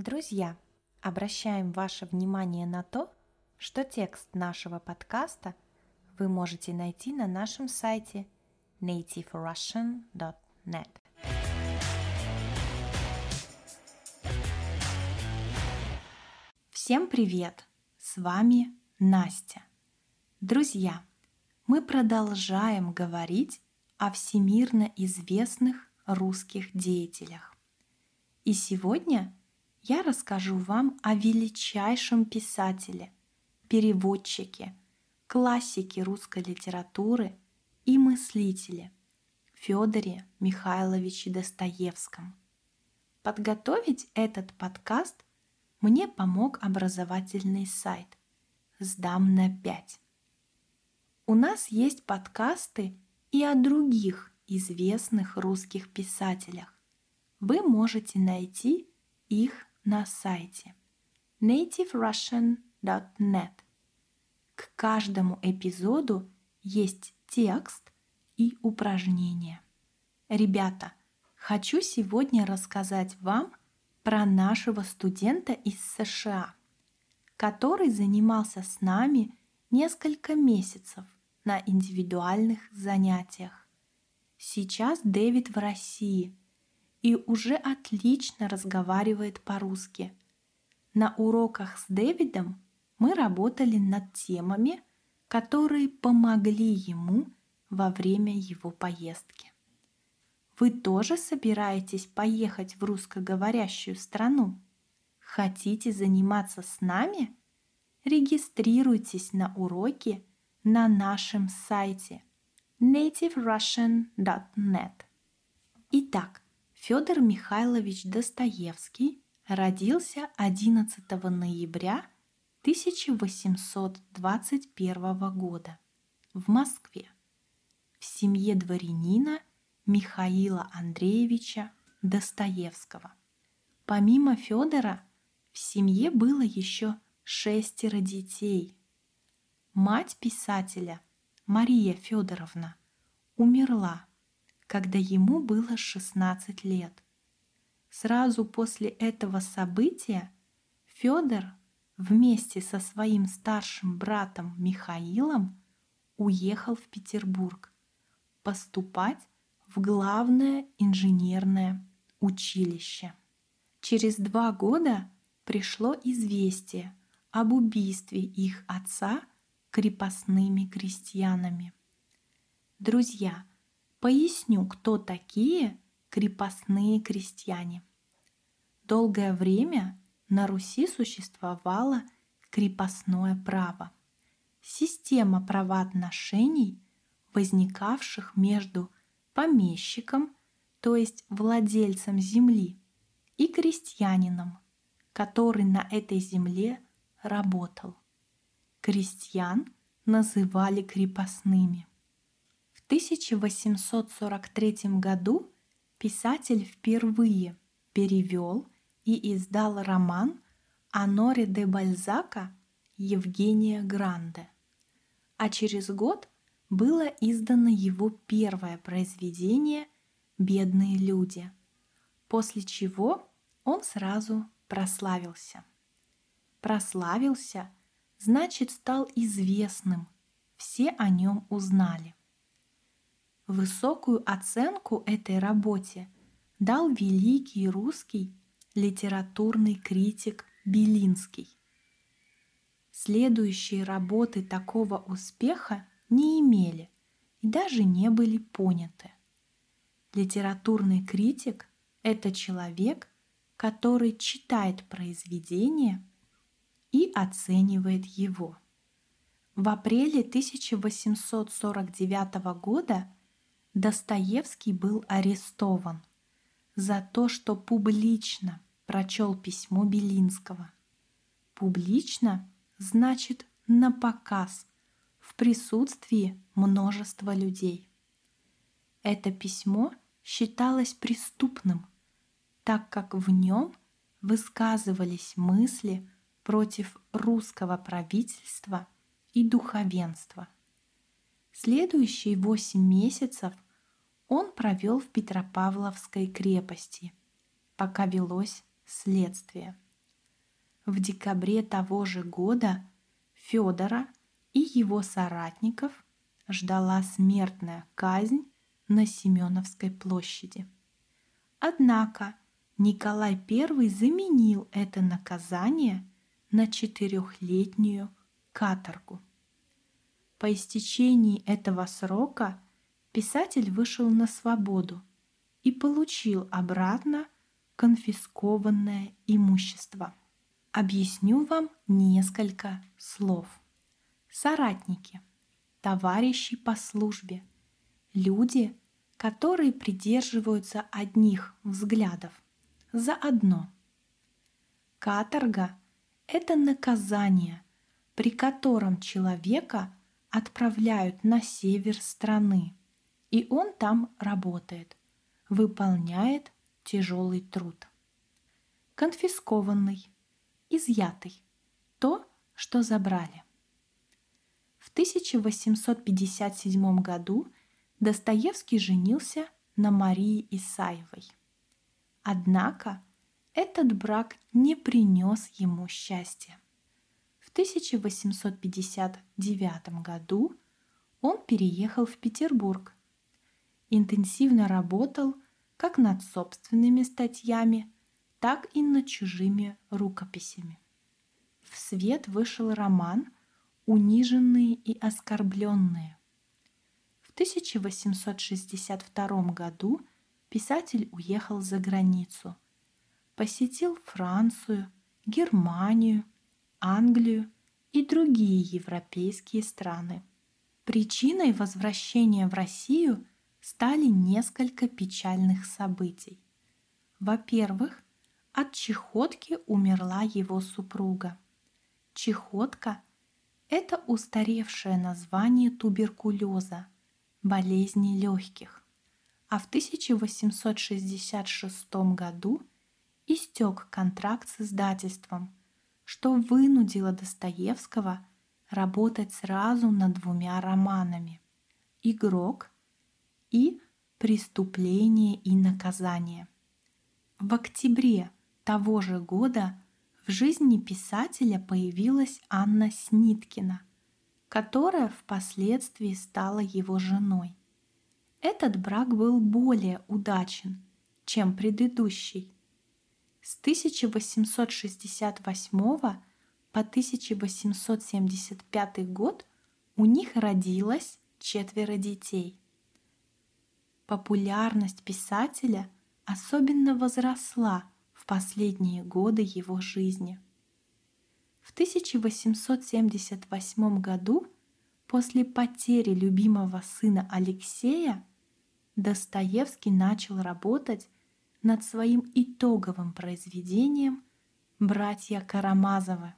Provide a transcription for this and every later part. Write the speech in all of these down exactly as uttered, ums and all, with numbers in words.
Друзья, обращаем ваше внимание на то, что текст нашего подкаста вы можете найти на нашем сайте нейтив рассиан точка нет. Всем привет! С вами Настя. Друзья, мы продолжаем говорить о всемирно известных русских деятелях. И сегодня я расскажу вам о величайшем писателе, переводчике, классике русской литературы и мыслителе Фёдоре Михайловиче Достоевском. Подготовить этот подкаст мне помог образовательный сайт «Сдам на пять». У нас есть подкасты и о других известных русских писателях. Вы можете найти их на сайте нейтив рассиан точка нет. К каждому эпизоду есть текст и упражнения. Ребята, хочу сегодня рассказать вам про нашего студента из США, который занимался с нами несколько месяцев на индивидуальных занятиях. Сейчас Дэвид в России и уже отлично разговаривает по-русски. На уроках с Дэвидом мы работали над темами, которые помогли ему во время его поездки. Вы тоже собираетесь поехать в русскоговорящую страну? Хотите заниматься с нами? Регистрируйтесь на уроки на нашем сайте нейтив рассиан точка нет. Итак, Фёдор Михайлович Достоевский родился одиннадцатого ноября тысяча восемьсот двадцать первого года в Москве в семье дворянина Михаила Андреевича Достоевского. Помимо Фёдора в семье было еще шестеро детей. Мать писателя Мария Фёдоровна умерла, когда ему было шестнадцать лет. Сразу после этого события Фёдор вместе со своим старшим братом Михаилом уехал в Петербург поступать в главное инженерное училище. Через два года пришло известие об убийстве их отца крепостными крестьянами. Друзья, поясню, кто такие крепостные крестьяне. Долгое время на Руси существовало крепостное право, система правоотношений, возникавших между помещиком, то есть владельцем земли, и крестьянином, который на этой земле работал. Крестьян называли крепостными. В тысяча восемьсот сорок третьем году писатель впервые перевел и издал роман Оноре де Бальзака «Евгения Гранде», а через год было издано его первое произведение «Бедные люди», после чего он сразу прославился. Прославился, значит, стал известным, все о нем узнали. Высокую оценку этой работе дал великий русский литературный критик Белинский. Следующие работы такого успеха не имели и даже не были поняты. Литературный критик – это человек, который читает произведение и оценивает его. В апреле тысяча восемьсот сорок девятого года Достоевский был арестован за то, что публично прочел письмо Белинского. Публично значит напоказ, в присутствии множества людей. Это письмо считалось преступным, так как в нем высказывались мысли против русского правительства и духовенства. Следующие восемь месяцев он провел в Петропавловской крепости, пока велось следствие. В декабре того же года Федора и его соратников ждала смертная казнь на Семеновской площади. Однако Николай I заменил это наказание на четырехлетнюю каторгу. По истечении этого срока писатель вышел на свободу и получил обратно конфискованное имущество. Объясню вам несколько слов. Соратники, товарищи по службе, люди, которые придерживаются одних взглядов, заодно. Каторга – это наказание, при котором человека отправляют на север страны, и он там работает, выполняет тяжелый труд. Конфискованный, изъятый, то, что забрали. В тысяча восемьсот пятьдесят седьмом году Достоевский женился на Марии Исаевой. Однако этот брак не принес ему счастья. В тысяча восемьсот пятьдесят девятом году он переехал в Петербург. Интенсивно работал как над собственными статьями, так и над чужими рукописями. В свет вышел роман «Униженные и оскорбленные». В тысяча восемьсот шестьдесят втором году писатель уехал за границу, посетил Францию, Германию, Англию и другие европейские страны. Причиной возвращения в Россию стали несколько печальных событий. Во-первых, от чехотки умерла его супруга. Чехотка – это устаревшее название туберкулеза, болезни легких. А в тысяча восемьсот шестьдесят шестом году истек контракт с издательством, что вынудило Достоевского работать сразу над двумя романами «Игрок» и «Преступление и наказание». В октябре того же года в жизни писателя появилась Анна Сниткина, которая впоследствии стала его женой. Этот брак был более удачен, чем предыдущий. С тысяча восемьсот шестьдесят восьмого по тысяча восемьсот семьдесят пятый год у них родилось четверо детей. Популярность писателя особенно возросла в последние годы его жизни. В тысяча восемьсот семьдесят восьмом году, после потери любимого сына Алексея, Достоевский начал работать над своим итоговым произведением «Братья Карамазовы».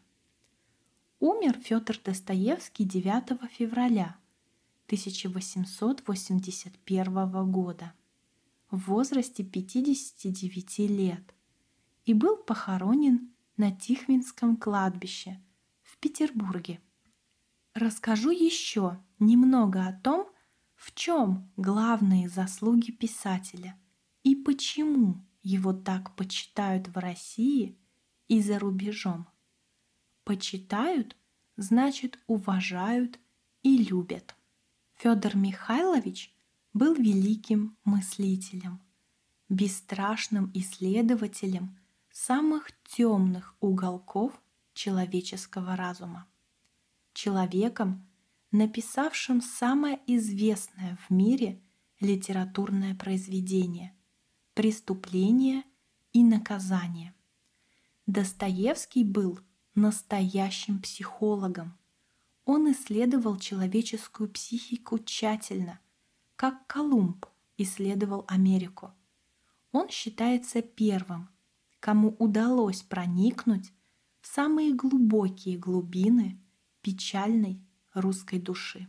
Умер Федор Достоевский девятого февраля тысяча восемьсот восемьдесят первого года в возрасте пятидесяти девяти лет и был похоронен на Тихвинском кладбище в Петербурге. Расскажу еще немного о том, в чем главные заслуги писателя и почему его так почитают в России и за рубежом. Почитают – значит уважают и любят. Федор Михайлович был великим мыслителем, бесстрашным исследователем самых темных уголков человеческого разума, человеком, написавшим самое известное в мире литературное произведение «Преступление и наказание». Достоевский был настоящим психологом. Он исследовал человеческую психику тщательно, как Колумб исследовал Америку. Он считается первым, кому удалось проникнуть в самые глубокие глубины печальной русской души.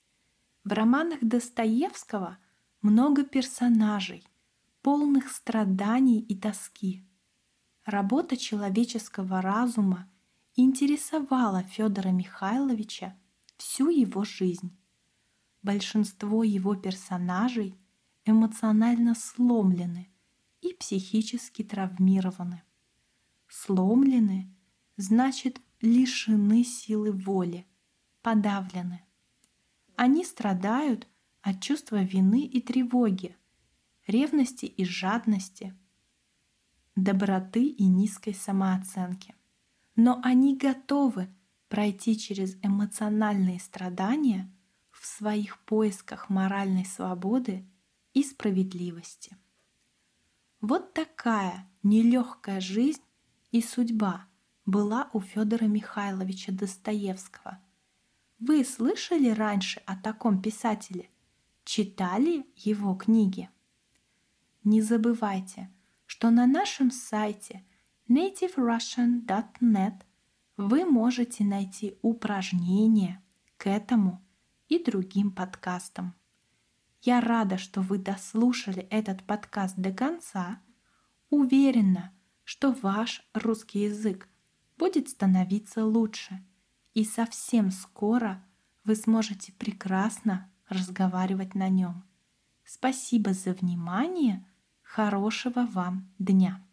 В романах Достоевского много персонажей, полных страданий и тоски. Работа человеческого разума интересовала Федора Михайловича всю его жизнь. Большинство его персонажей эмоционально сломлены и психически травмированы. Сломлены значит лишены силы воли, подавлены. Они страдают от чувства вины и тревоги, ревности и жадности, доброты и низкой самооценки. Но они готовы пройти через эмоциональные страдания в своих поисках моральной свободы и справедливости. Вот такая нелегкая жизнь и судьба была у Федора Михайловича Достоевского. Вы слышали раньше о таком писателе? Читали его книги? Не забывайте, что на нашем сайте нейтив рассиан точка нет вы можете найти упражнения к этому и другим подкастам. Я рада, что вы дослушали этот подкаст до конца. Уверена, что ваш русский язык будет становиться лучше, и совсем скоро вы сможете прекрасно разговаривать на нем. Спасибо за внимание. Хорошего вам дня!